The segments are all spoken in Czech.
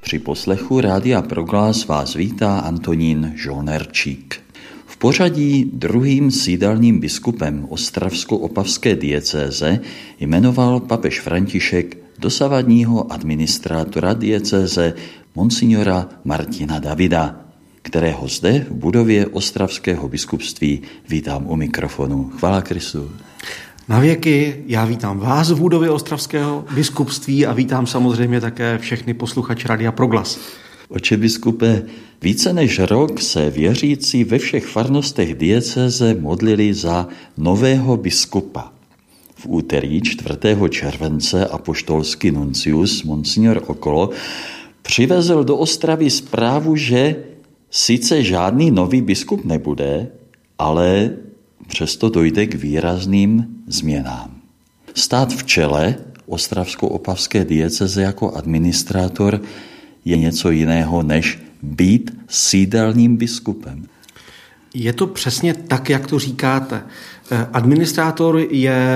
Při poslechu Rádia Proglas vás vítá Antonín Žolnerčík. V pořadí druhým sídelním biskupem ostravsko-opavské diecéze jmenoval papež František dosavadního administrátora diecéze monsignora Martina Davida, kterého zde v budově ostravského biskupství vítám u mikrofonu. Chvála Kristu. Na věky, já vítám vás v budově ostravského biskupství a vítám samozřejmě také všechny posluchače Rádia Proglas. Oče biskupe, více než rok se věřící ve všech farnostech diecéze modlili za nového biskupa. V úterý 4. července apoštolský nuncius monsignor Okolo přivezl do Ostravy zprávu, že sice žádný nový biskup nebude, ale přesto dojde k výrazným změnám. Stát v čele ostravsko-opavské diecéze jako administrátor je něco jiného, než být sídelním biskupem. Je to přesně tak, jak to říkáte. Administrátor je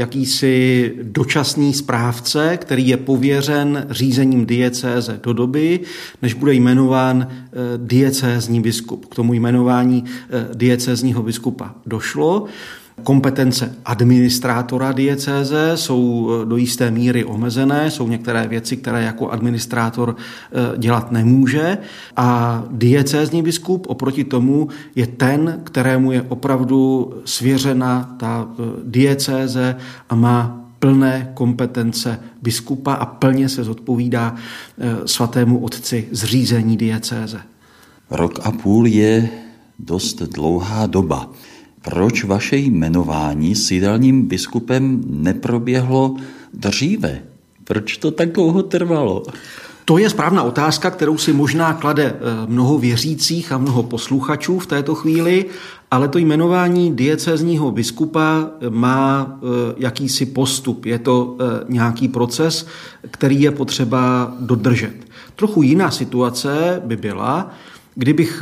jakýsi dočasný správce, který je pověřen řízením diecéze do doby, než bude jmenován diecézní biskup. K tomu jmenování diecézního biskupa došlo. Kompetence administrátora diecéze jsou do jisté míry omezené, jsou některé věci, které jako administrátor dělat nemůže a diecézní biskup oproti tomu je ten, kterému je opravdu svěřena ta diecéze a má plné kompetence biskupa a plně se zodpovídá svatému otci zřízení diecéze. Rok a půl je dost dlouhá doba. Proč vaše jmenování sídelním biskupem neproběhlo dříve? Proč to tak dlouho trvalo? To je správná otázka, kterou si možná klade mnoho věřících a mnoho posluchačů v této chvíli, ale to jmenování diecézního biskupa má jakýsi postup. Je to nějaký proces, který je potřeba dodržet. Trochu jiná situace by byla, kdybych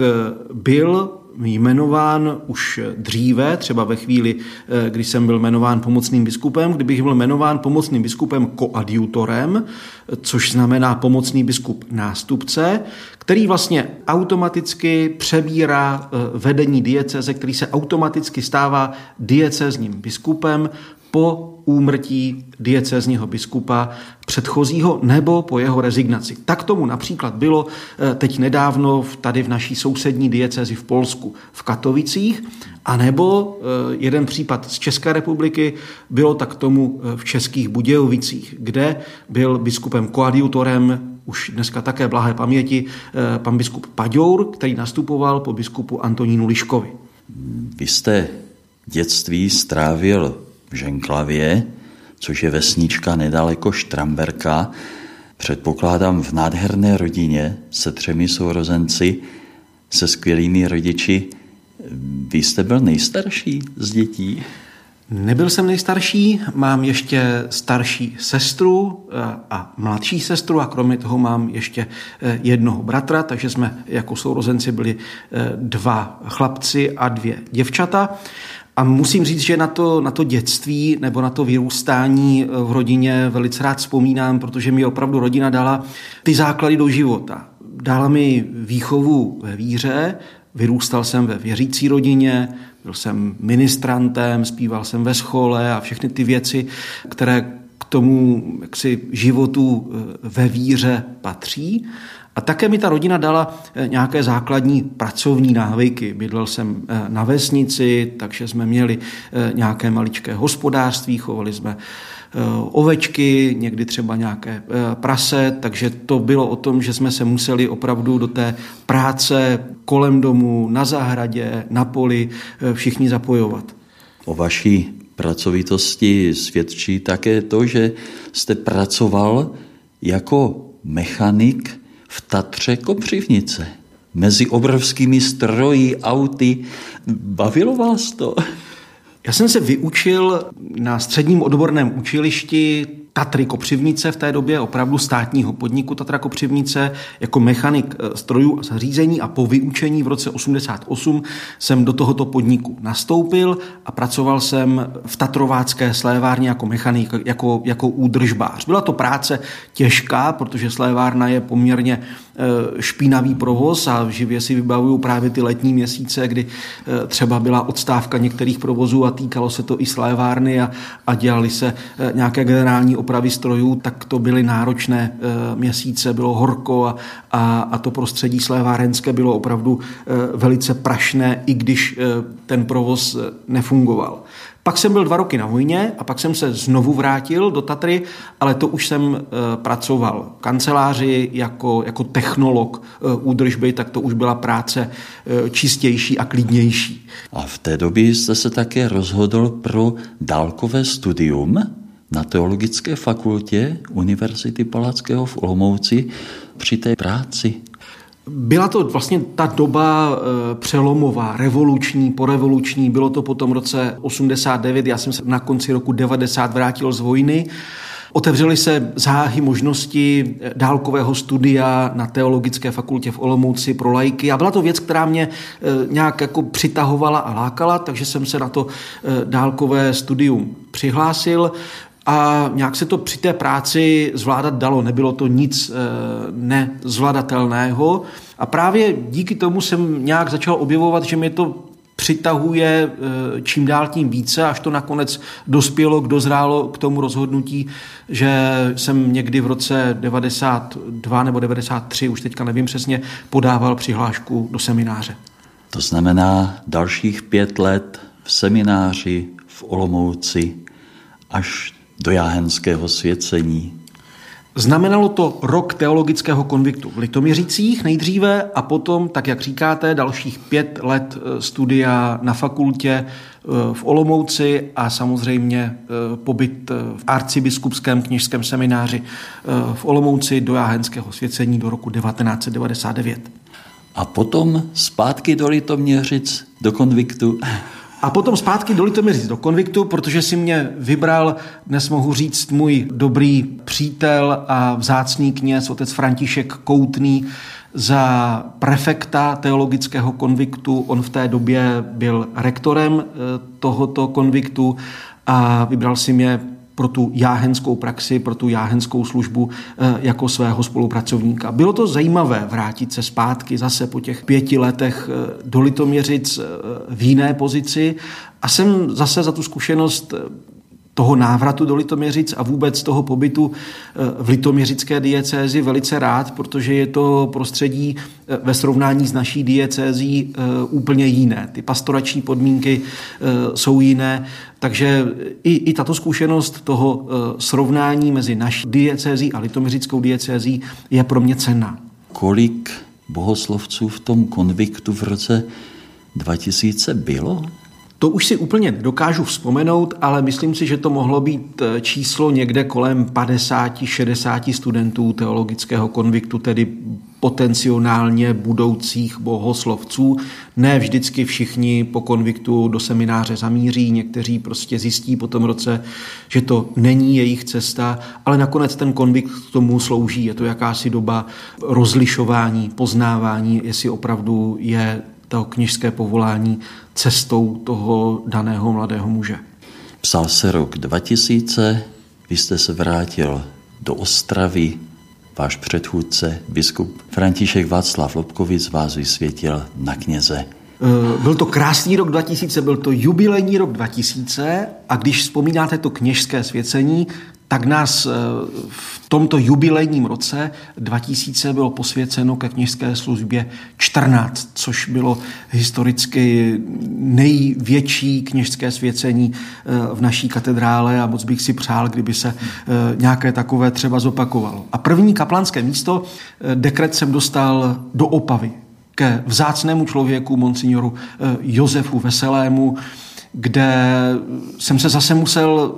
byl jmenován už dříve, třeba ve chvíli, kdy jsem byl jmenován pomocným biskupem, kdybych byl jmenován pomocným biskupem koadjutorem, což znamená pomocný biskup nástupce, který vlastně automaticky přebírá vedení diecéze, který se automaticky stává diecézním biskupem po úmrtí diecézního biskupa předchozího nebo po jeho rezignaci. Tak tomu například bylo teď nedávno tady v naší sousední diecézi v Polsku v Katovicích, anebo jeden případ z České republiky bylo tak tomu v Českých Budějovicích, kde byl biskupem koadjutorem už dneska také blahé paměti pan biskup Paďour, který nastupoval po biskupu Antonínu Liškovi. Vy jste dětství strávil v Ženklavě, což je vesnička nedaleko Štramberka. Předpokládám v nádherné rodině se 3 sourozenci, se skvělými rodiči. Vy jste byl nejstarší z dětí? Nebyl jsem nejstarší, mám ještě starší sestru a mladší sestru a kromě toho mám ještě jednoho bratra, takže jsme jako sourozenci byli 2 chlapci a 2 děvčata. A musím říct, že na to dětství nebo na to vyrůstání v rodině velice rád vzpomínám, protože mi opravdu rodina dala ty základy do života. Dala mi výchovu ve víře, vyrůstal jsem ve věřící rodině, byl jsem ministrantem, zpíval jsem ve škole a všechny ty věci, které k tomu životu ve víře patří. A také mi ta rodina dala nějaké základní pracovní návyky. Bydlel jsem na vesnici, takže jsme měli nějaké maličké hospodářství, chovali jsme ovečky, někdy třeba nějaké prase, takže to bylo o tom, že jsme se museli opravdu do té práce kolem domu, na zahradě, na poli všichni zapojovat. O vaší pracovitosti svědčí také to, že jste pracoval jako mechanik v Tatře Kopřivnice. Mezi obrovskými stroji, auty. Bavilo vás to? Já jsem se vyučil na středním odborném učilišti Tatry Kopřivnice v té době, opravdu státního podniku Tatra Kopřivnice, jako mechanik strojů a zařízení a po vyučení v roce 88 jsem do tohoto podniku nastoupil a pracoval jsem v tatrovácké slévárně jako mechanik, jako údržbář. Byla to práce těžká, protože slévárna je poměrně špinavý provoz a živě si vybavuju právě ty letní měsíce, kdy třeba byla odstávka některých provozů a týkalo se to i slévárny a dělali se nějaké generální opravy strojů, tak to byly náročné měsíce, bylo horko a to prostředí slévárenské bylo opravdu velice prašné, i když ten provoz nefungoval. Pak jsem byl 2 roky na vojně a pak jsem se znovu vrátil do Tatry, ale to už jsem pracoval v kanceláři jako technolog údržby, tak to už byla práce čistější a klidnější. A v té době jste se také rozhodl pro dálkové studium na Teologické fakultě Univerzity Palackého v Olomouci při té práci. Byla to vlastně ta doba přelomová, revoluční, porevoluční, bylo to po tom roce 89, já jsem se na konci roku 90 vrátil z vojny. Otevřely se záhy možnosti dálkového studia na Teologické fakultě v Olomouci pro laiky a byla to věc, která mě nějak jako přitahovala a lákala, takže jsem se na to dálkové studium přihlásil. A nějak se to při té práci zvládat dalo, nebylo to nic nezvladatelného. A právě díky tomu jsem nějak začal objevovat, že mě to přitahuje čím dál tím více, až to nakonec dozrálo k tomu rozhodnutí, že jsem někdy v roce 92 nebo 93, už teďka nevím přesně, podával přihlášku do semináře. To znamená dalších 5 let v semináři v Olomouci až do jáhenského svěcení. Znamenalo to rok teologického konviktu v Litoměřicích nejdříve a potom, tak jak říkáte, dalších 5 let studia na fakultě v Olomouci a samozřejmě pobyt v arcibiskupském kněžském semináři v Olomouci do jáhenského svěcení do roku 1999. A potom zpátky do Litoměřic, do konviktu. A potom zpátky do Litoměřic do konviktu, protože si mě vybral, dnes mohu říct, můj dobrý přítel a vzácný kněz, otec František Koutný, za prefekta teologického konviktu. On v té době byl rektorem tohoto konviktu a vybral si mě pro tu jáhenskou praxi, pro tu jáhenskou službu jako svého spolupracovníka. Bylo to zajímavé vrátit se zpátky zase po těch 5 letech do Litoměřic v jiné pozici a jsem zase za tu zkušenost toho návratu do Litoměřic a vůbec toho pobytu v litoměřické diecézi velice rád, protože je to prostředí ve srovnání s naší diecézí úplně jiné. Ty pastorační podmínky jsou jiné, takže i tato zkušenost toho srovnání mezi naší diecézí a litoměřickou diecézí je pro mě cenná. Kolik bohoslovců v tom konviktu v roce 2000 bylo? To už si úplně nedokážu vzpomenout, ale myslím si, že to mohlo být číslo někde kolem 50-60 studentů teologického konviktu, tedy potenciálně budoucích bohoslovců. Ne vždycky všichni po konviktu do semináře zamíří, někteří prostě zjistí po tom roce, že to není jejich cesta, ale nakonec ten konvikt k tomu slouží. Je to jakási doba rozlišování, poznávání, jestli opravdu je to kněžské povolání cestou toho daného mladého muže. Psal se rok 2000, vy jste se vrátil do Ostravy, váš předchůdce, biskup František Václav Lobkowicz vás vysvětil na kněze. Byl to krásný rok 2000, byl to jubilejní rok 2000 a když vzpomínáte to kněžské svěcení, tak nás v tomto jubilejním roce 2000 bylo posvěceno ke kněžské službě 14, což bylo historicky největší kněžské svěcení v naší katedrále a moc bych si přál, kdyby se nějaké takové třeba zopakovalo. A první kaplanské místo, dekret jsem dostal do Opavy ke vzácnému člověku, monsignoru Josefu Veselému, kde jsem se zase musel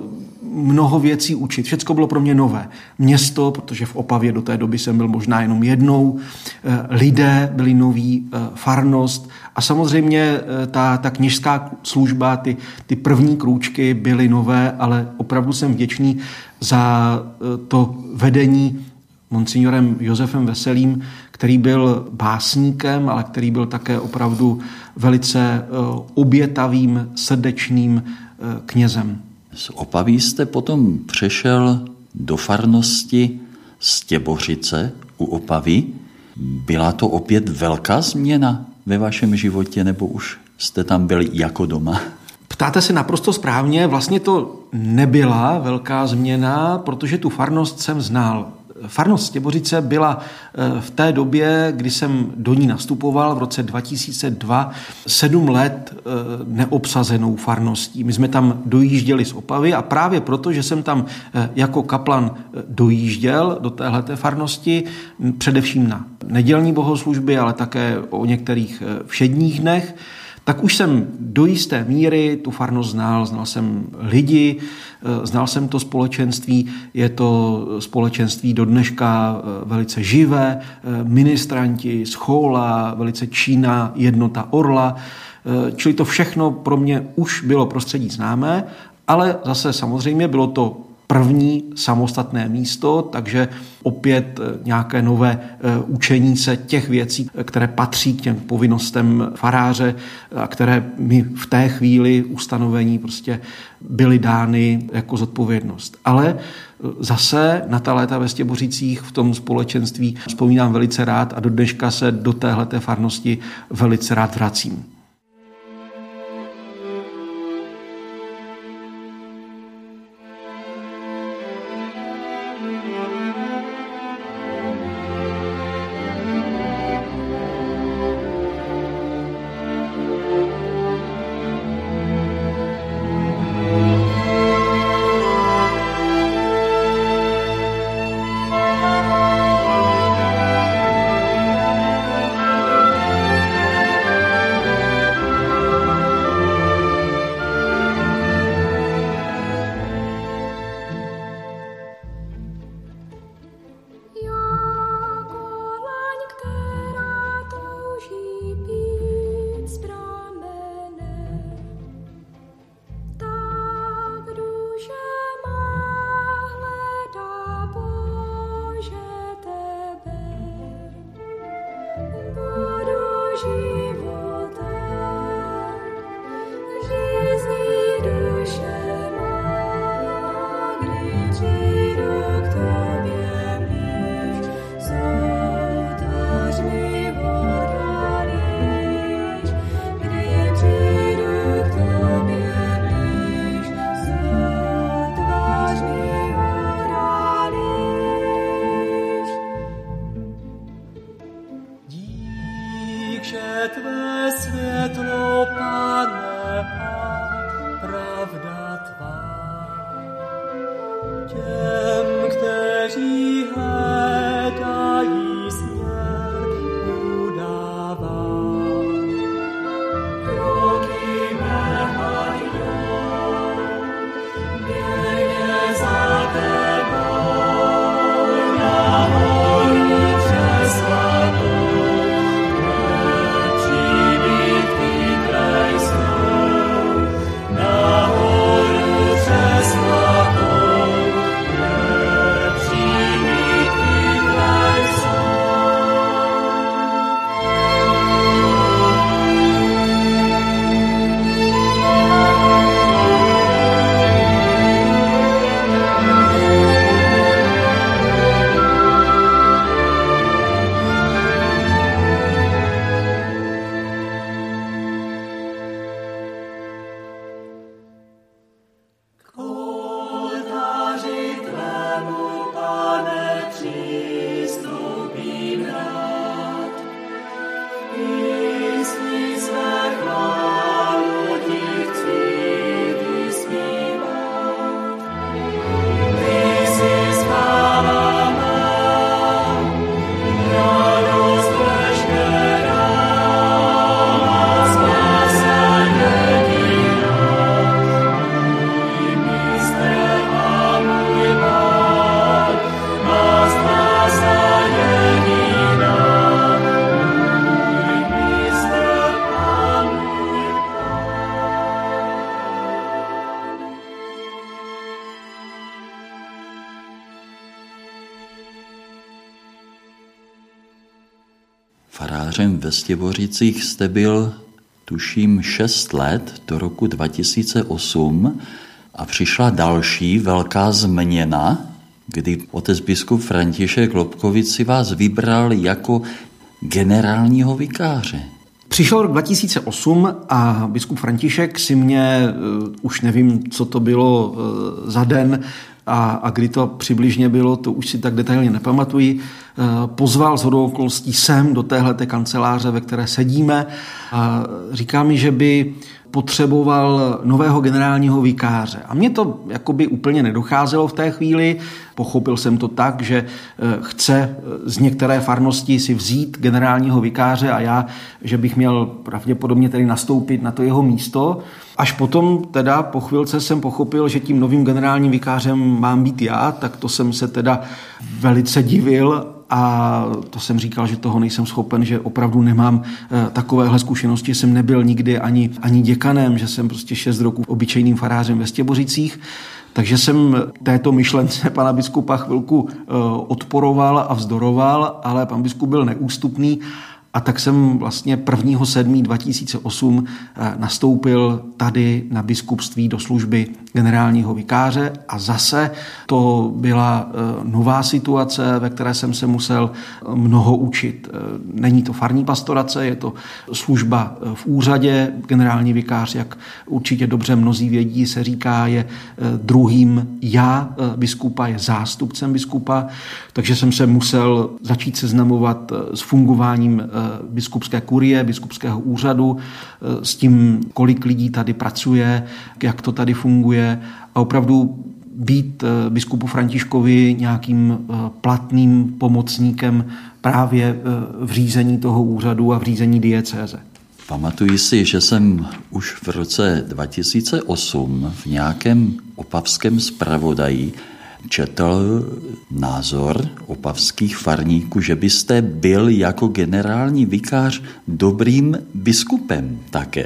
mnoho věcí učit. Všecko bylo pro mě nové. Město, protože v Opavě do té doby jsem byl možná jenom jednou, lidé byli noví, farnost a samozřejmě ta kněžská služba, ty první krůčky byly nové, ale opravdu jsem vděčný za to vedení monsignorem Josefem Veselým, který byl básníkem, ale který byl také opravdu velice obětavým, srdečným knězem. Z Opavy jste potom přešel do farnosti Stěbořice u Opavy. Byla to opět velká změna ve vašem životě, nebo už jste tam byli jako doma? Ptáte se naprosto správně, vlastně to nebyla velká změna, protože tu farnost jsem znal. Farnost Stěbořice byla v té době, kdy jsem do ní nastupoval v roce 2002, 7 let neobsazenou farností. My jsme tam dojížděli z Opavy a právě proto, že jsem tam jako kaplan dojížděl do téhleté farnosti, především na nedělní bohoslužby, ale také o některých všedních dnech, tak už jsem do jisté míry tu farnost znal. Znal jsem lidi, znal jsem to společenství. Je to společenství do dneška velice živé. Ministranti z Chóla, velice činná jednota Orla. Čili to všechno pro mě už bylo prostředí známé, ale zase samozřejmě bylo to první samostatné místo, takže opět nějaké nové učení se těch věcí, které patří k těm povinnostem faráře a které mi v té chvíli ustanovení prostě byly dány jako zodpovědnost. Ale zase na ta léta ve Stěbořicích v tom společenství vzpomínám velice rád a do dneška se do téhleté farnosti velice rád vracím. Tvé světlo, Pane, a pravda tvá. Těm, kteří hledají směr, udává. Kroky mé jdou, věrně za tebou, nahoru přes sladu. She farářem ve Stěvořicích jste byl, tuším, 6 let do roku 2008 a přišla další velká změna, kdy otec biskup František Lobkowicz si vás vybral jako generálního vikáře. Přišel rok 2008 a biskup František si mě, už nevím, co to bylo za den a kdy to přibližně bylo, to už si tak detailně nepamatuji, pozval shodou okolností sem do téhleté kanceláře, ve které sedíme a říká mi, že by potřeboval nového generálního vikáře. A mně to jakoby úplně nedocházelo v té chvíli. Pochopil jsem to tak, že chce z některé farnosti si vzít generálního vikáře a já, že bych měl pravděpodobně tedy nastoupit na to jeho místo. Až potom teda po chvilce jsem pochopil, že tím novým generálním vikářem mám být já, tak to jsem se teda velice divil a to jsem říkal, že toho nejsem schopen, že opravdu nemám takovéhle zkušenosti, jsem nebyl nikdy ani děkanem, že jsem prostě 6 roků obyčejným farářem ve Stěvořicích. Takže jsem této myšlence pana biskupa chvilku odporoval a vzdoroval, ale pan biskup byl neústupný. A tak jsem vlastně 1.7.2008 nastoupil tady na biskupství do služby generálního vikáře a zase to byla nová situace, ve které jsem se musel mnoho učit. Není to farní pastorace, je to služba v úřadě. Generální vikář, jak určitě dobře mnozí vědí, se říká, je druhým já biskupa, je zástupcem biskupa, takže jsem se musel začít seznamovat s fungováním biskupské kurie, biskupského úřadu, s tím, kolik lidí tady pracuje, jak to tady funguje a opravdu být biskupu Františkovi nějakým platným pomocníkem právě v řízení toho úřadu a v řízení diecéze. Pamatuji si, že jsem už v roce 2008 v nějakém opavském zpravodaji četl názor opavských farníků, že byste byl jako generální vikář dobrým biskupem také.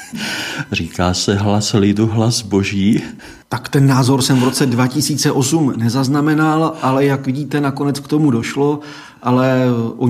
Říká se hlas lidu, hlas boží. Tak ten názor jsem v roce 2008 nezaznamenal, ale jak vidíte, nakonec k tomu došlo, ale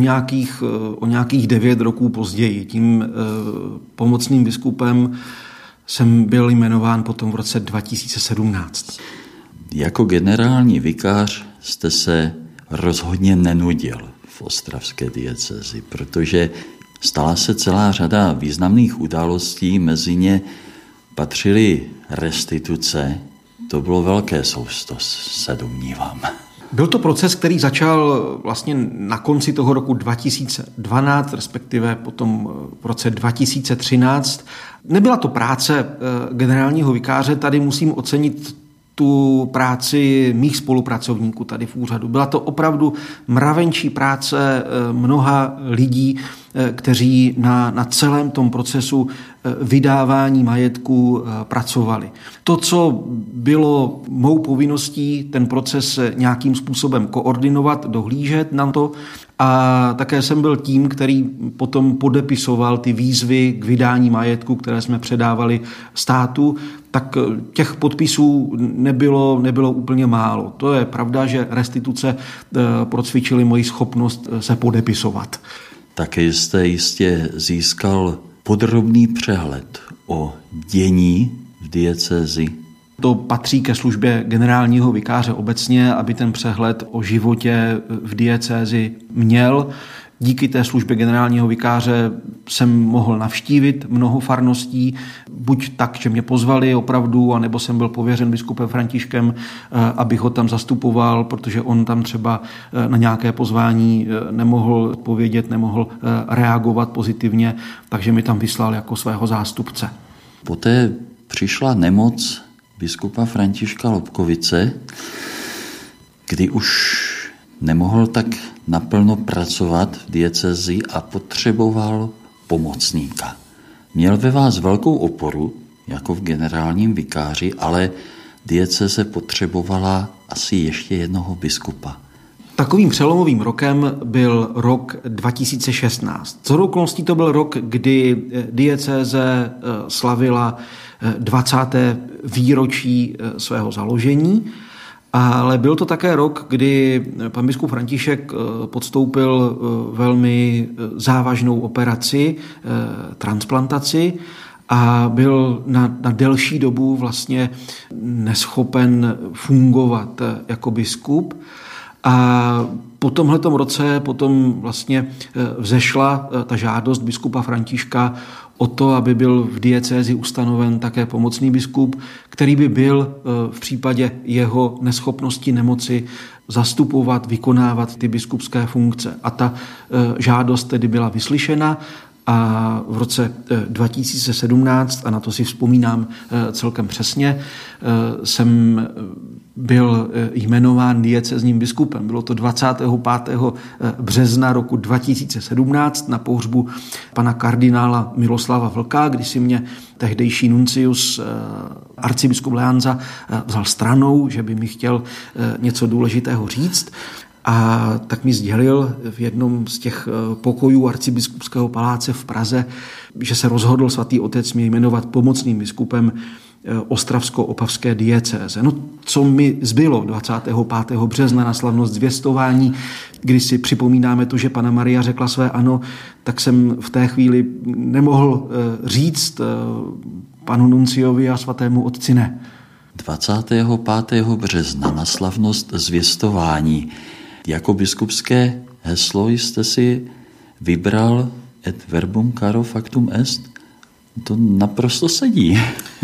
o nějakých 9 roků později. Tím pomocným biskupem jsem byl jmenován potom v roce 2017. Jako generální vikář jste se rozhodně nenudil v ostravské diecézi, protože stala se celá řada významných událostí, mezi ně patřily restituce. To bylo velké sousto, se domnívám. Byl to proces, který začal vlastně na konci toho roku 2012, respektive potom v roce 2013. Nebyla to práce generálního vikáře, tady musím ocenit tu práci mých spolupracovníků tady v úřadu. Byla to opravdu mravenčí práce mnoha lidí, kteří na celém tom procesu vydávání majetku pracovali. To, co bylo mou povinností, ten proces nějakým způsobem koordinovat, dohlížet na to, a také jsem byl tím, který potom podepisoval ty výzvy k vydání majetku, které jsme předávali státu, tak těch podpisů nebylo úplně málo. To je pravda, že restituce procvičily moji schopnost se podepisovat. Také jste jistě získal podrobný přehled o dění v diecézi. To patří ke službě generálního vikáře obecně, aby ten přehled o životě v diecézi měl. Díky té službě generálního vikáře jsem mohl navštívit mnoho farností, buď tak, že mě pozvali opravdu, anebo jsem byl pověřen biskupem Františkem, abych ho tam zastupoval, protože on tam třeba na nějaké pozvání nemohl odpovědět, nemohl reagovat pozitivně, takže mi tam vyslal jako svého zástupce. Poté přišla nemoc biskupa Františka Lobkowice, kdy už nemohl tak naplno pracovat v diecézi a potřeboval pomocníka. Měl ve vás velkou oporu, jako v generálním vikáři, ale diecéze potřebovala asi ještě jednoho biskupa. Takovým přelomovým rokem byl rok 2016. Shodou okolností to byl rok, kdy diecéze slavila 20. výročí svého založení Ale byl to také rok, kdy pan biskup František podstoupil velmi závažnou operaci, transplantaci, a byl na delší dobu vlastně neschopen fungovat jako biskup. A po tomhletom roce potom vlastně vzešla ta žádost biskupa Františka o to, aby byl v diecézi ustanoven také pomocný biskup, který by byl v případě jeho neschopnosti nemoci zastupovat, vykonávat ty biskupské funkce. A ta žádost tedy byla vyslyšena a v roce 2017, a na to si vzpomínám celkem přesně, jsem byl jmenován diecézním biskupem. Bylo to 25. března roku 2017 na pohřbu pana kardinála Miloslava Vlka, kdy si mě tehdejší nuncius arcibiskup Leanza vzal stranou, že by mi chtěl něco důležitého říct. A tak mi sdělil v jednom z těch pokojů arcibiskupského paláce v Praze, že se rozhodl svatý otec mě jmenovat pomocným biskupem ostravsko-opavské diecéze. No, co mi zbylo 25. března na slavnost zvěstování, kdy si připomínáme to, že Panna Maria řekla své ano, tak jsem v té chvíli nemohl říct panu nunciovi a svatému otci ne. 25. března na slavnost zvěstování. Jako biskupské heslo jste si vybral et verbum caro factum est? To naprosto sedí.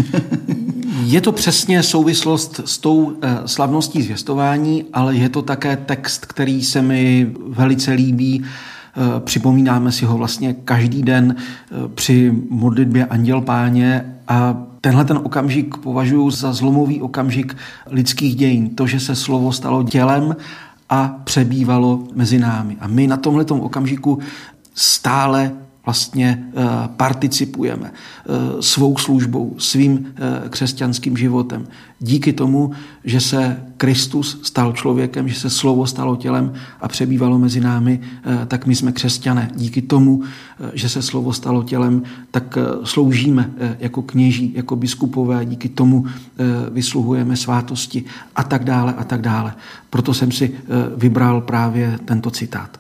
Je to přesně souvislost s tou slavností zvěstování, ale je to také text, který se mi velice líbí. Připomínáme si ho vlastně každý den při modlitbě Anděl Páně a tenhle ten okamžik považuji za zlomový okamžik lidských dějin. To, že se slovo stalo tělem a přebývalo mezi námi. A my na tomhletom okamžiku stále vlastně participujeme svou službou, svým křesťanským životem. Díky tomu, že se Kristus stal člověkem, že se slovo stalo tělem a přebývalo mezi námi, tak my jsme křesťané. Díky tomu, že se slovo stalo tělem, tak sloužíme jako kněží, jako biskupové, díky tomu vysluhujeme svátosti a tak dále a tak dále. Proto jsem si vybral právě tento citát.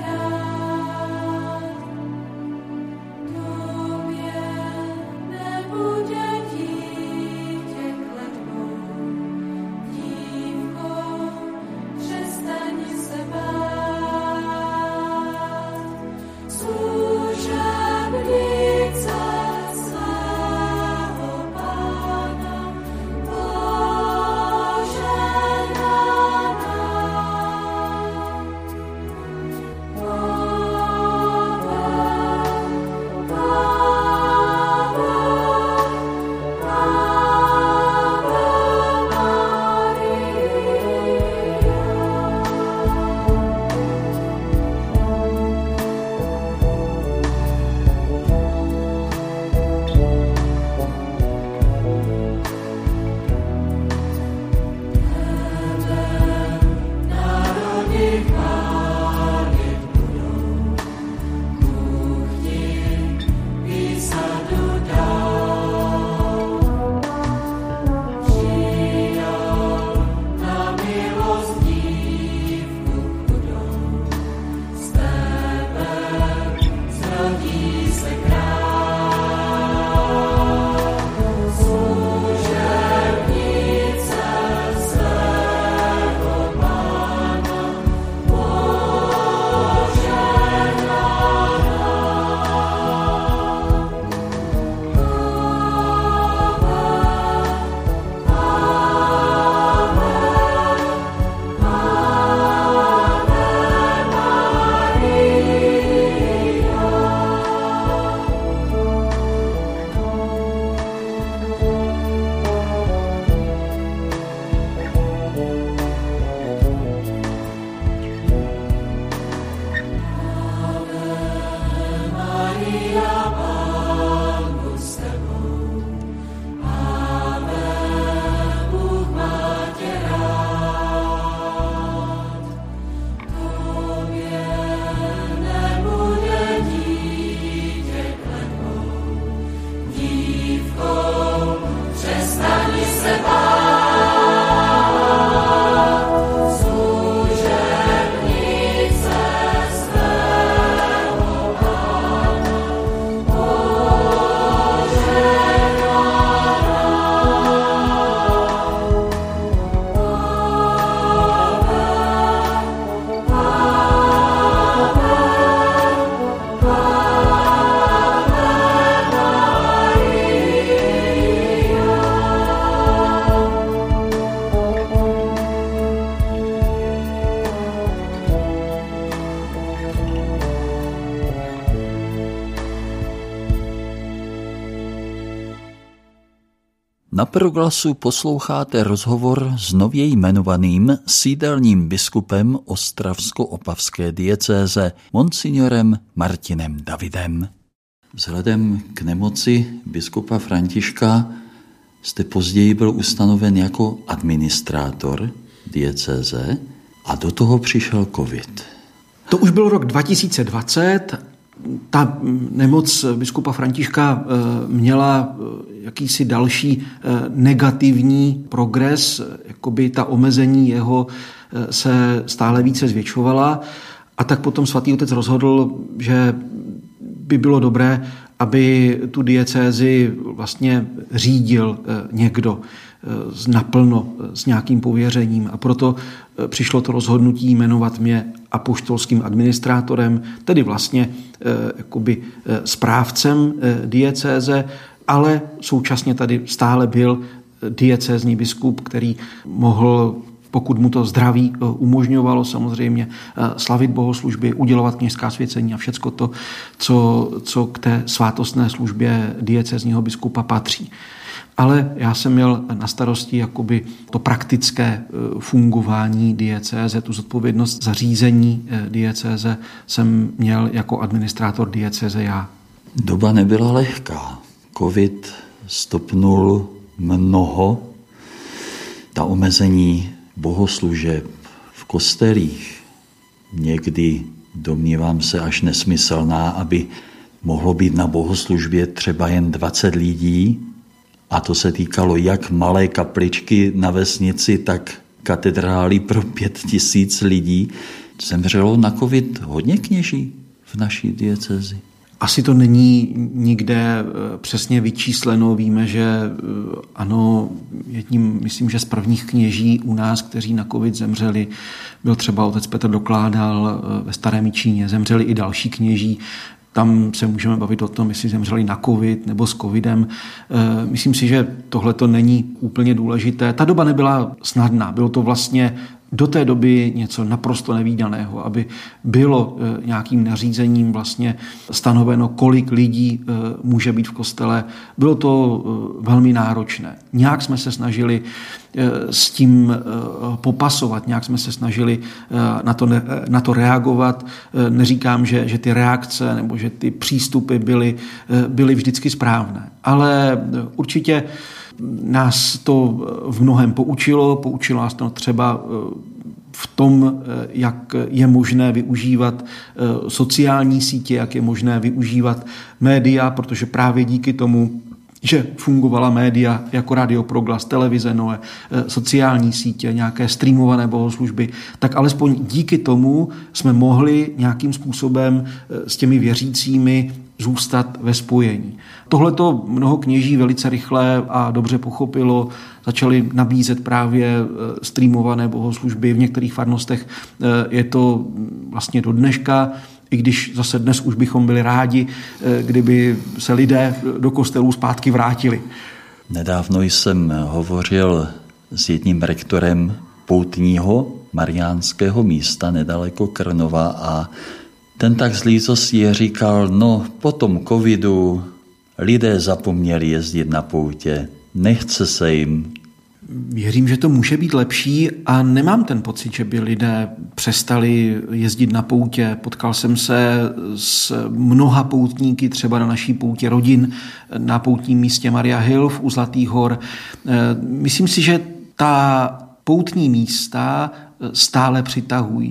Tobě Na Proglasu posloucháte rozhovor s nově jmenovaným sídelním biskupem Ostravsko-opavské diecéze monsignorem Martinem Davidem. Vzhledem k nemoci biskupa Františka jste později byl ustanoven jako administrátor diecéze a do toho přišel covid. To už byl rok 2020. Ta nemoc biskupa Františka měla jakýsi další negativní progres, jakoby ta omezení jeho se stále více zvětšovala a tak potom svatý otec rozhodl, že by bylo dobré, aby tu diecézi vlastně řídil někdo naplno s nějakým pověřením a proto přišlo to rozhodnutí jmenovat mě apoštolským administrátorem, tedy vlastně jakoby správcem diecéze, ale současně tady stále byl diecézní biskup, který mohl, pokud mu to zdraví umožňovalo samozřejmě, slavit bohoslužby, udělovat kněžská svěcení a všecko to, co k té svátostné službě diecézního biskupa patří. Ale já jsem měl na starosti jakoby to praktické fungování diecéze, tu zodpovědnost za řízení diecéze jsem měl jako administrátor diecéze já. Doba nebyla lehká. Covid stopnul mnoho. Ta omezení bohoslužeb v kostelích, někdy domnívám se až nesmyslná, aby mohlo být na bohoslužbě třeba jen 20 lidí, a to se týkalo jak malé kapličky na vesnici, tak katedrály pro 5000 lidí. Zemřelo na covid hodně kněží v naší diecézi. Asi to není nikde přesně vyčísleno. Víme, že ano, jedním, myslím, že z prvních kněží u nás, kteří na covid zemřeli, byl třeba otec Petr Dokládal ve Starém Jičíně. Zemřeli i další kněží. Tam se můžeme bavit o tom, jestli zemřeli na covid nebo s covidem. Myslím si, že tohle to není úplně důležité. Ta doba nebyla snadná. Bylo to vlastně do té doby něco naprosto nevídaného, aby bylo nějakým nařízením vlastně stanoveno, kolik lidí může být v kostele. Bylo to velmi náročné. Nějak jsme se snažili s tím popasovat, nějak jsme se snažili na to reagovat. Neříkám, že ty reakce nebo že ty přístupy byly vždycky správné, ale určitě nás to v mnohem poučilo nás to třeba v tom, jak je možné využívat sociální sítě, jak je možné využívat média, protože právě díky tomu, že fungovala média jako Radio Proglas, televize Noe, sociální sítě, nějaké streamované bohoslužby, tak alespoň díky tomu jsme mohli nějakým způsobem s těmi věřícími zůstat ve spojení. Tohleto mnoho kněží velice rychle a dobře pochopilo, začali nabízet právě streamované bohoslužby. V některých farnostech je to vlastně do dneška, i když zase dnes už bychom byli rádi, kdyby se lidé do kostelů zpátky vrátili. Nedávno jsem hovořil s jedním rektorem poutního mariánského místa nedaleko Krnova a ten tak z lítosti říkal, po tom covidu lidé zapomněli jezdit na poutě, nechce se jim. Věřím, že to může být lepší a nemám ten pocit, že by lidé přestali jezdit na poutě. Potkal jsem se s mnoha poutníky, třeba na naší poutě rodin, na poutním místě Maria Hilf u Zlatých hor. Myslím si, že ta poutní místa stále přitahují,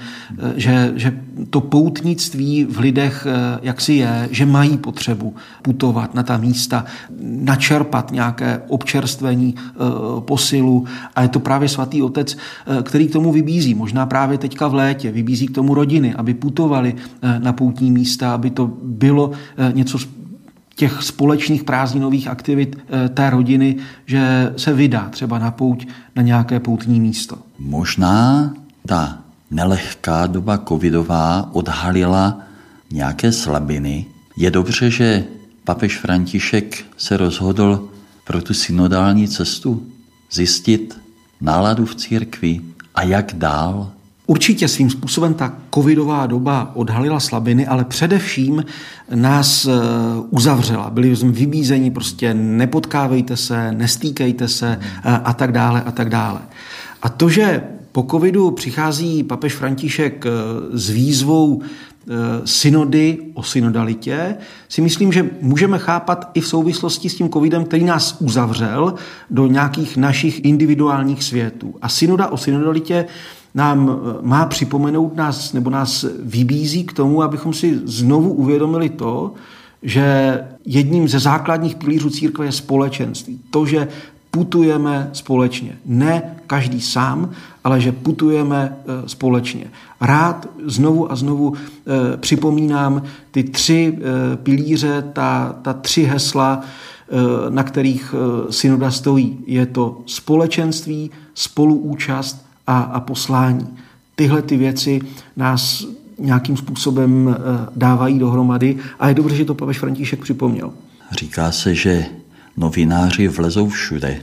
že to poutnictví v lidech jaksi je, že mají potřebu putovat na ta místa, načerpat nějaké občerstvení, posilu a je to právě svatý otec, který k tomu vybízí. Možná právě teďka v létě vybízí k tomu rodiny, aby putovali na poutní místa, aby to bylo něco těch společných prázdninových aktivit té rodiny, že se vydá třeba na pouť, na nějaké poutní místo. Možná ta nelehká doba covidová odhalila nějaké slabiny. Je dobře, že papež František se rozhodl pro tu synodální cestu zjistit náladu v církvi a jak dál. Určitě svým způsobem ta covidová doba odhalila slabiny, ale především nás uzavřela. Byli jsme vybízeni, prostě nepotkávejte se, nestýkejte se a tak dále a tak dále. A to, že po covidu přichází papež František s výzvou synody o synodalitě, si myslím, že můžeme chápat i v souvislosti s tím covidem, který nás uzavřel do nějakých našich individuálních světů. A synoda o synodalitě nám má připomenout nás vybízí k tomu, abychom si znovu uvědomili to, že jedním ze základních pilířů církve je společenství. To, že putujeme společně. Ne každý sám, ale že putujeme společně. Rád znovu a znovu připomínám ty 3 pilíře, ta 3 hesla, na kterých synoda stojí. Je to společenství, spoluúčast a poslání. Tyhle ty věci nás nějakým způsobem dávají dohromady a je dobře, že to papež František připomněl. Říká se, že novináři vlezou všude.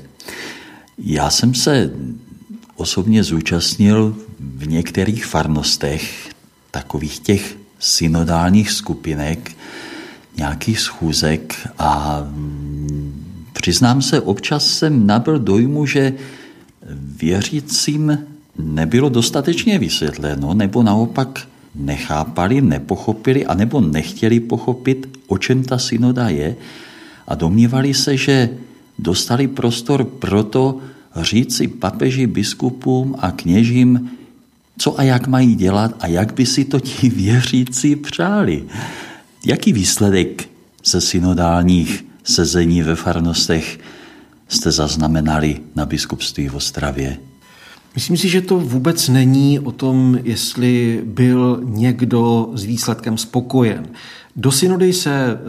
Já jsem se osobně zúčastnil v některých farnostech takových těch synodálních skupinek, nějakých schůzek a přiznám se, občas jsem nabyl dojmu, že věřícím nebylo dostatečně vysvětleno, nebo naopak nechápali, nepochopili, anebo nechtěli pochopit, o čem ta synoda je a domnívali se, že dostali prostor proto říci papeži, biskupům a kněžím, co a jak mají dělat a jak by si to ti věřící přáli. Jaký výsledek ze synodálních sezení ve farnostech jste zaznamenali na biskupství v Ostravě? Myslím si, že to vůbec není o tom, jestli byl někdo s výsledkem spokojen. Do synody se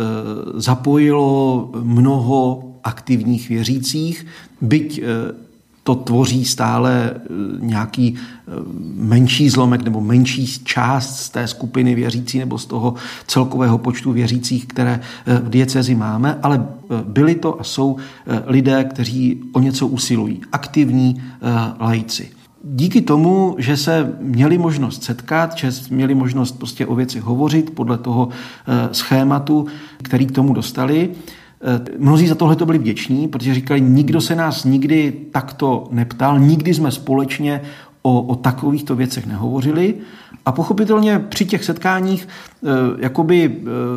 zapojilo mnoho aktivních věřících, byť to tvoří stále nějaký menší zlomek nebo menší část z té skupiny věřící nebo z toho celkového počtu věřících, které v diecézi máme, ale byli to a jsou lidé, kteří o něco usilují. Aktivní laici. Díky tomu, že se měli možnost setkat, že měli možnost prostě o věci hovořit podle toho schématu, který k tomu dostali, mnozí za tohle to byli vděční, protože říkali, nikdo se nás nikdy takto neptal, nikdy jsme společně o takovýchto věcech nehovořili a pochopitelně při těch setkáních jakoby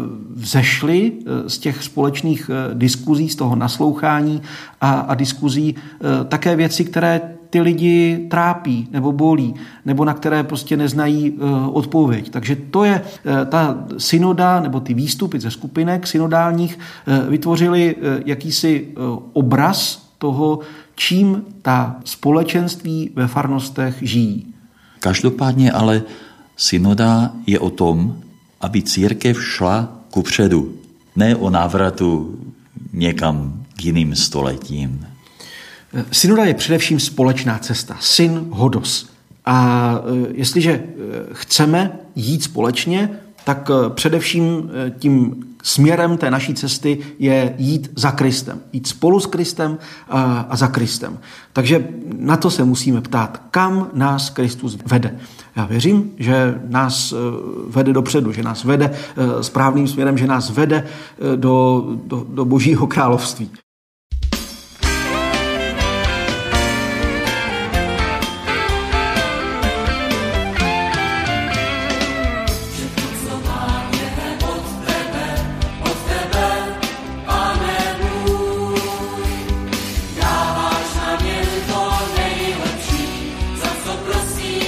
vzešly z těch společných diskuzí, z toho naslouchání a diskuzí také věci, které ty lidi trápí nebo bolí, nebo na které prostě neznají odpověď. Takže to je ta synoda, nebo ty výstupy ze skupinek synodálních vytvořili jakýsi obraz toho, čím ta společenství ve farnostech žijí. Každopádně ale synoda je o tom, aby církev šla kupředu, ne o návratu někam k jiným stoletím. Synoda je především společná cesta, synodos. A jestliže chceme jít společně, tak především tím směrem té naší cesty je jít za Kristem. Jít spolu s Kristem a za Kristem. Takže na to se musíme ptát, kam nás Kristus vede. Já věřím, že nás vede dopředu, že nás vede správným směrem, že nás vede do Božího království. Prosím,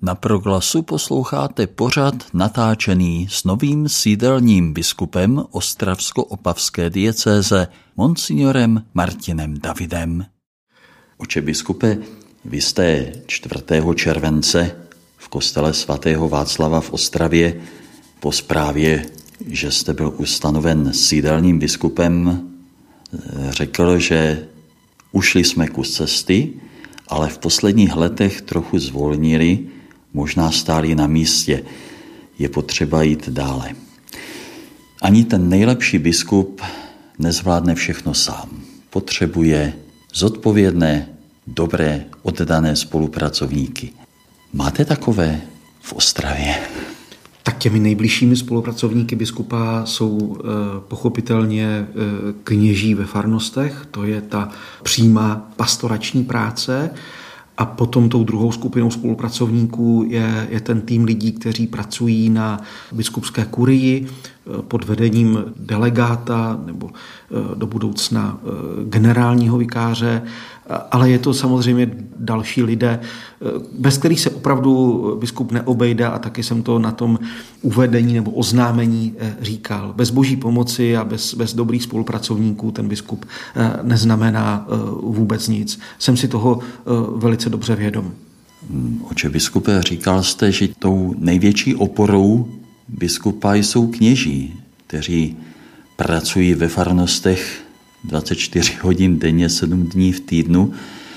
Na Proglasu posloucháte pořad natáčený s novým sídelním biskupem ostravsko-opavské diecéze monsignorem Martinem Davidem. Oče biskupe, vy jste 4. července v kostele svatého Václava v Ostravě po zprávě, že jste byl ustanoven sídelním biskupem, řekl, že ušli jsme kus cesty, ale v posledních letech trochu zvolnili, možná stáli na místě. Je potřeba jít dále. Ani ten nejlepší biskup nezvládne všechno sám. Potřebuje zodpovědné, dobré, oddané spolupracovníky. Máte takové v Ostravě? Tak těmi nejbližšími spolupracovníky biskupa jsou pochopitelně kněží ve farnostech, to je ta přímá pastorační práce. A potom tou druhou skupinou spolupracovníků je ten tým lidí, kteří pracují na biskupské kurii pod vedením delegáta nebo do budoucna generálního vikáře, ale je to samozřejmě další lidé, bez kterých se opravdu biskup neobejde, a taky jsem to na tom uvedení nebo oznámení říkal. Bez boží pomoci a bez dobrých spolupracovníků ten biskup neznamená vůbec nic. Jsem si toho velice dobře vědom. Oče biskupe, říkal jste, že tou největší oporou biskupa jsou kněží, kteří pracují ve farnostech 24 hodin denně, 7 dní v týdnu.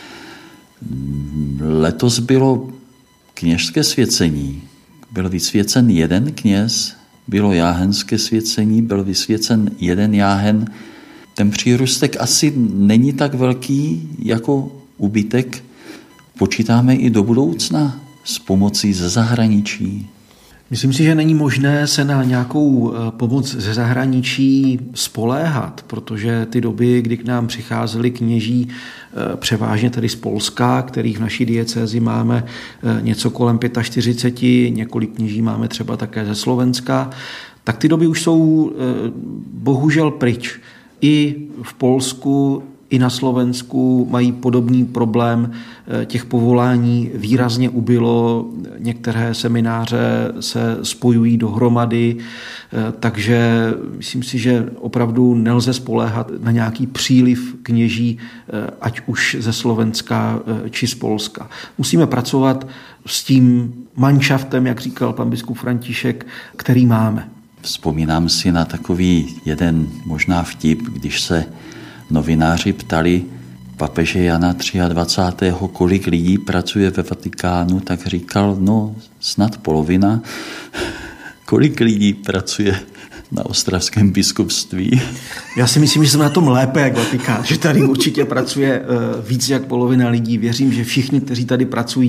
Letos bylo kněžské svěcení. Byl vysvěcen jeden kněz, bylo jáhenské svěcení, byl vysvěcen jeden jáhen. Ten přírůstek asi není tak velký jako úbytek. Počítáme i do budoucna s pomocí ze zahraničí. Myslím si, že není možné se na nějakou pomoc ze zahraničí spoléhat, protože ty doby, kdy k nám přicházeli kněží převážně tedy z Polska, kterých v naší diecézi máme něco kolem 45, několik kněží máme třeba také ze Slovenska, tak ty doby už jsou bohužel pryč. I v Polsku, i na Slovensku mají podobný problém, těch povolání výrazně ubylo, některé semináře se spojují dohromady, takže myslím si, že opravdu nelze spoléhat na nějaký příliv kněží, ať už ze Slovenska či z Polska. Musíme pracovat s tím manšaftem, jak říkal pan biskup František, který máme. Vzpomínám si na takový jeden možná vtip, když se novináři ptali papeže Jana 23., kolik lidí pracuje ve Vatikánu, tak říkal, snad polovina. Kolik lidí pracuje na ostravském biskupství? Já si myslím, že jsme na tom lépe jak Vatikán, že tady určitě pracuje víc jak polovina lidí. Věřím, že všichni, kteří tady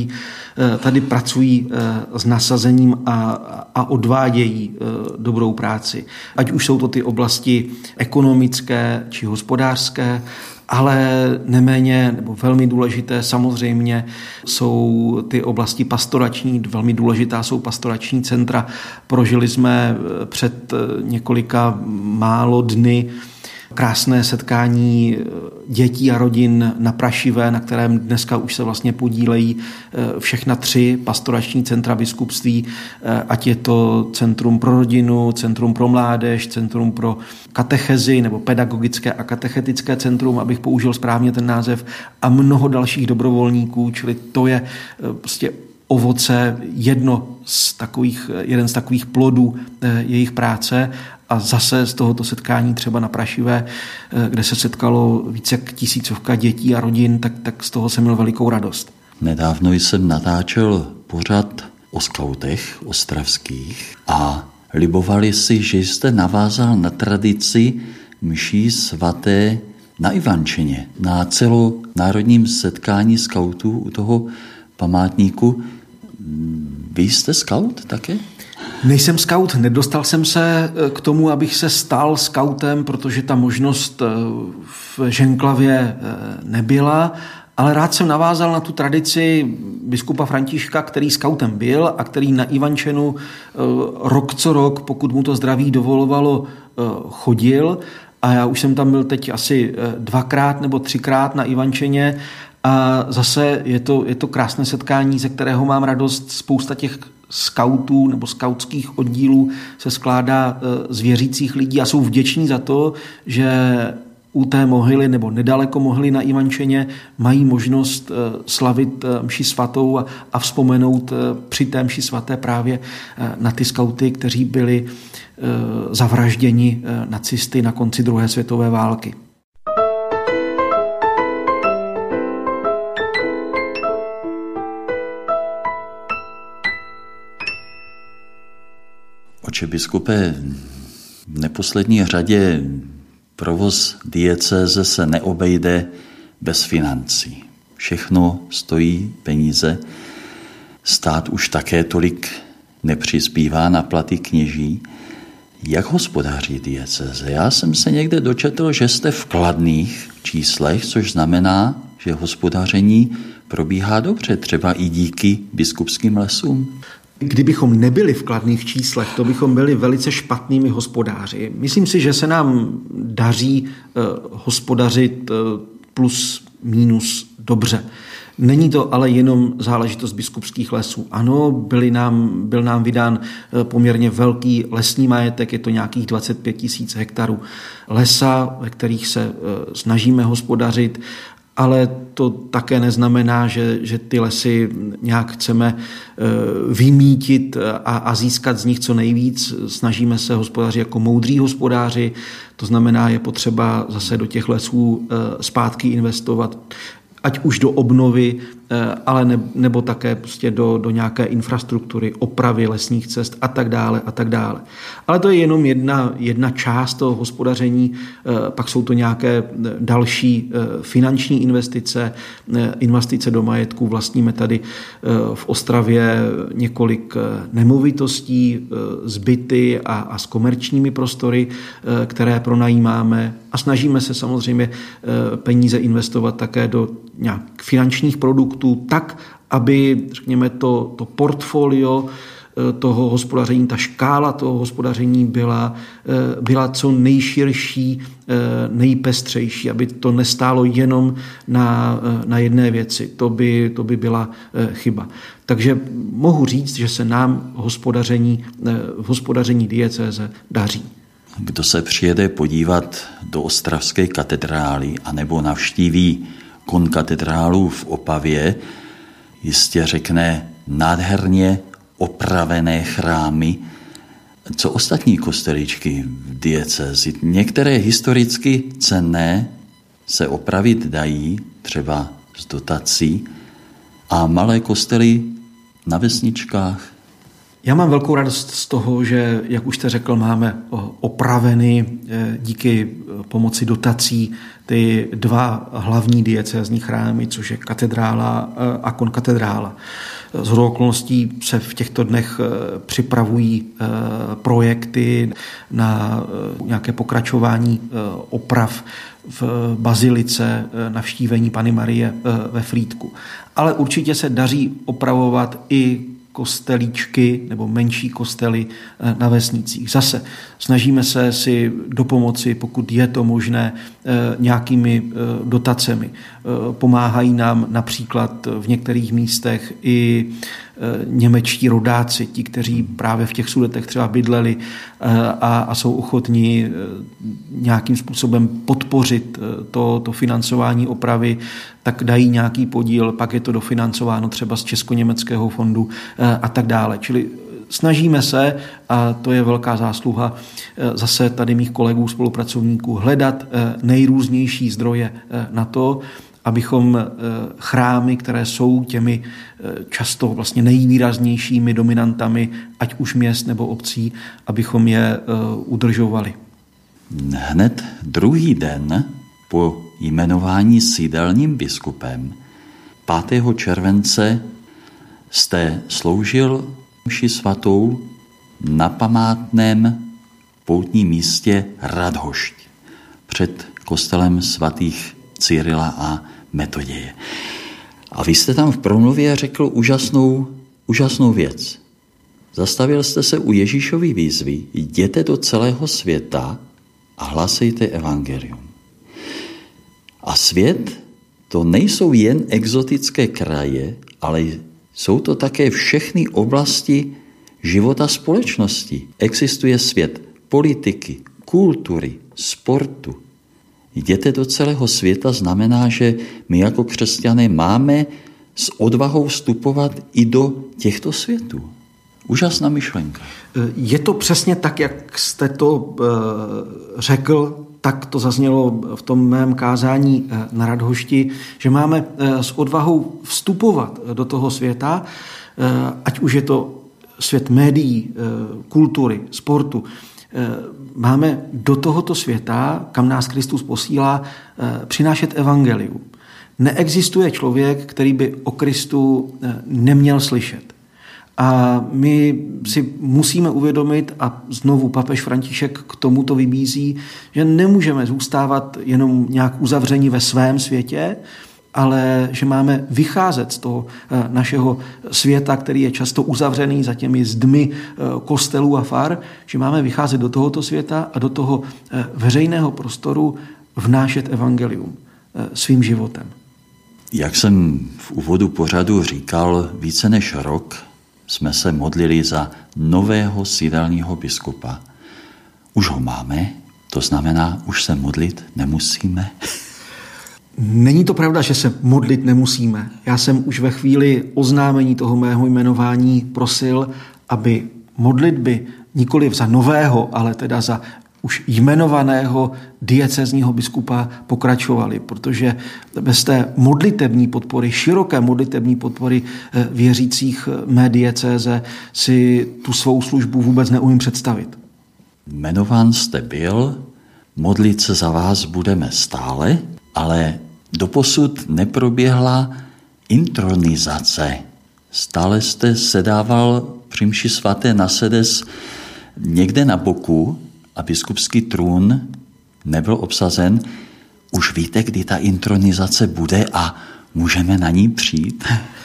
pracují s nasazením a odvádějí dobrou práci. Ať už jsou to ty oblasti ekonomické či hospodářské, ale neméně nebo velmi důležité samozřejmě jsou ty oblasti pastorační, velmi důležitá jsou pastorační centra. Prožili jsme před několika málo dny krásné setkání dětí a rodin na Prašivé, na kterém dneska už se vlastně podílejí všechna 3 pastorační centra biskupství, ať je to Centrum pro rodinu, Centrum pro mládež, Centrum pro katechezi nebo pedagogické a katechetické centrum, abych použil správně ten název, a mnoho dalších dobrovolníků, čili to je prostě ovoce, jeden z takových plodů jejich práce. A zase z tohoto setkání třeba na Prašivé, kde se setkalo více jak 1000 dětí a rodin, tak z toho jsem měl velikou radost. Nedávno jsem natáčel pořad o skautech ostravských a libovali si, že jste navázal na tradici mší svaté na ivančině, na celonárodním setkání skautů u toho památníku. Vy jste skaut také? Nejsem skaut, nedostal jsem se k tomu, abych se stal skautem, protože ta možnost v Ženklavě nebyla, ale rád jsem navázal na tu tradici biskupa Františka, který skautem byl a který na Ivančenu rok co rok, pokud mu to zdraví dovolovalo, chodil. A já už jsem tam byl teď asi 2krát nebo 3krát na Ivančeně A zase je to krásné setkání, ze kterého mám radost. Spousta těch skautů nebo skautských oddílů se skládá z věřících lidí a jsou vděční za to, že u té mohyly nebo nedaleko mohyly na Ivančeně mají možnost slavit mši svatou a vzpomenout při té mši svaté právě na ty skauty, kteří byli zavražděni nacisty na konci druhé světové války. Oče biskupe, v neposlední řadě provoz diecéze se neobejde bez financí. Všechno stojí peníze. Stát už také tolik nepřispívá na platy kněží. Jak hospodaří diecéze? Já jsem se někde dočetl, že jste v kladných číslech, což znamená, že hospodaření probíhá dobře, třeba i díky biskupským lesům. Kdybychom nebyli v kladných číslech, to bychom byli velice špatnými hospodáři. Myslím si, že se nám daří hospodařit plus minus dobře. Není to ale jenom záležitost biskupských lesů. Ano, byl nám vydán poměrně velký lesní majetek, je to nějakých 25 000 hektarů lesa, ve kterých se snažíme hospodařit, ale to také neznamená, že ty lesy nějak chceme vymítit a získat z nich co nejvíc. Snažíme se hospodařit jako moudří hospodáři, to znamená, je potřeba zase do těch lesů zpátky investovat, ať už do obnovy, ale nebo také prostě do nějaké infrastruktury, opravy lesních cest a tak dále a tak dále. Ale to je jenom jedna část toho hospodaření, pak jsou to nějaké další finanční investice do majetku. Vlastníme tady v Ostravě několik nemovitostí s byty a s komerčními prostory, které pronajímáme a snažíme se samozřejmě peníze investovat také do nějak finančních produktů, tak, aby, řekněme, to portfolio toho hospodaření, ta škála toho hospodaření byla co nejširší, nejpestřejší, aby to nestálo jenom na jedné věci. To by byla chyba. Takže mohu říct, že se nám v hospodaření diecéze daří. Kdo se přijede podívat do ostravské katedrály anebo navštíví konkatedrálu v Opavě, jistě řekne nádherně opravené chrámy. Co ostatní kostelíčky v diecézi? Některé historicky cenné se opravit dají, třeba z dotací, a malé kostely na vesničkách. Já mám velkou radost z toho, že, jak už jste řekl, máme opraveny díky pomoci dotací ty dva hlavní diecézní chrámy, což je katedrála a konkatedrála. Shodou okolností se v těchto dnech připravují projekty na nějaké pokračování oprav v bazilice navštívení Panny Marie ve Frýdku. Ale určitě se daří opravovat i kostelíčky nebo menší kostely na vesnicích. Zase snažíme se si dopomoci, pokud je to možné, nějakými dotacemi. Pomáhají nám například v některých místech i němečtí rodáci, ti, kteří právě v těch Sudetech třeba bydleli a jsou ochotní nějakým způsobem podpořit to financování opravy, tak dají nějaký podíl, pak je to dofinancováno třeba z Česko-německého fondu a tak dále. Čili snažíme se, a to je velká zásluha zase tady mých kolegů, spolupracovníků, hledat nejrůznější zdroje na to, abychom chrámy, které jsou těmi často vlastně nejvýraznějšími dominantami, ať už měst nebo obcí, abychom je udržovali. Hned druhý den po jmenování sídelním biskupem 5. července jste sloužil mši svatou na památném poutním místě Radhošť před kostelem svatých Cyrila a Metoděje. A vy jste tam v promluvě řekl úžasnou věc. Zastavil jste se u Ježíšovy výzvy: jděte do celého světa a hlasejte evangelium. A svět to nejsou jen exotické kraje, ale jsou to také všechny oblasti života společnosti. Existuje svět politiky, kultury, sportu. Jděte do celého světa znamená, že my jako křesťané máme s odvahou vstupovat i do těchto světů. Úžasná myšlenka. Je to přesně tak, jak jste to řekl, tak to zaznělo v tom mém kázání na Radhošti, že máme s odvahou vstupovat do toho světa, ať už je to svět médií, kultury, sportu. Máme do tohoto světa, kam nás Kristus posílá, přinášet evangelium. Neexistuje člověk, který by o Kristu neměl slyšet. A my si musíme uvědomit, a znovu papež František k tomuto vybízí, že nemůžeme zůstávat jenom nějak uzavření ve svém světě, ale že máme vycházet z toho našeho světa, který je často uzavřený za těmi zdmi kostelů a far, že máme vycházet do tohoto světa a do toho veřejného prostoru vnášet evangelium svým životem. Jak jsem v úvodu pořadu říkal, více než rok jsme se modlili za nového synodálního biskupa. Už ho máme, to znamená, už se modlit nemusíme. Není to pravda, že se modlit nemusíme. Já jsem už ve chvíli oznámení toho mého jmenování prosil, aby modlitby nikoliv za nového, ale teda za už jmenovaného diecézního biskupa pokračovaly, protože bez té modlitební podpory, široké modlitební podpory věřících mé diecéze si tu svou službu vůbec neumím představit. Jmenován jste byl, modlit se za vás budeme stále, ale doposud neproběhla intronizace. Stále jste sedával při mši svaté na sedes někde na boku a biskupský trůn nebyl obsazen. Už víte, kdy ta intronizace bude a můžeme na ní přijít?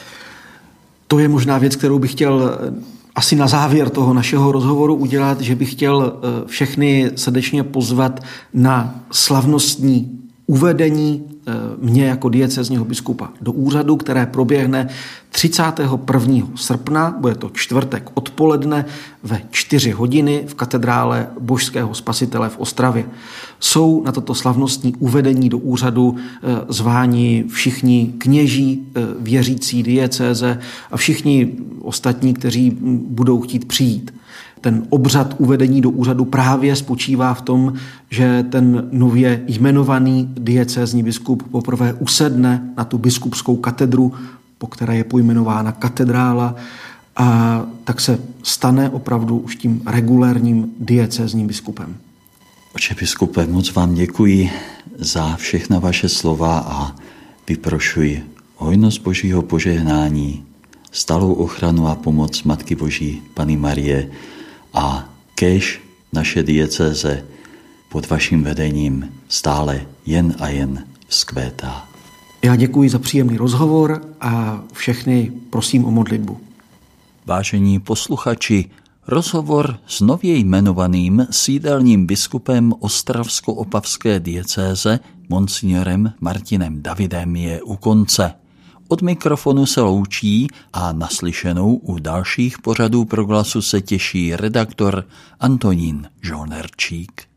To je možná věc, kterou bych chtěl asi na závěr toho našeho rozhovoru udělat, že bych chtěl všechny srdečně pozvat na slavnostní uvedení mě jako diecézního biskupa do úřadu, které proběhne 31. srpna, bude to čtvrtek odpoledne ve 4 hodiny v katedrále Božského Spasitele v Ostravě. Jsou na toto slavnostní uvedení do úřadu zváni všichni kněží, věřící diecéze a všichni ostatní, kteří budou chtít přijít. Ten obřad uvedení do úřadu právě spočívá v tom, že ten nově jmenovaný diecézní biskup poprvé usedne na tu biskupskou katedru, po které je pojmenována katedrála, a tak se stane opravdu už tím regulérním diecézním biskupem. Otče biskupe, moc vám děkuji za všechna vaše slova a vyprošuji hojnost Božího požehnání, stálou ochranu a pomoc Matky Boží Panny Marie a kéž naše diecéze pod vaším vedením stále jen a jen vzkvétá. Já děkuji za příjemný rozhovor a všechny prosím o modlitbu. Vážení posluchači, rozhovor s nově jmenovaným synodálním biskupem ostravsko-opavské diecéze monsignorem Martinem Davidem je u konce. Od mikrofonu se loučí a naslyšenou u dalších pořadů Proglasu se těší redaktor Antonín Žolnerčík.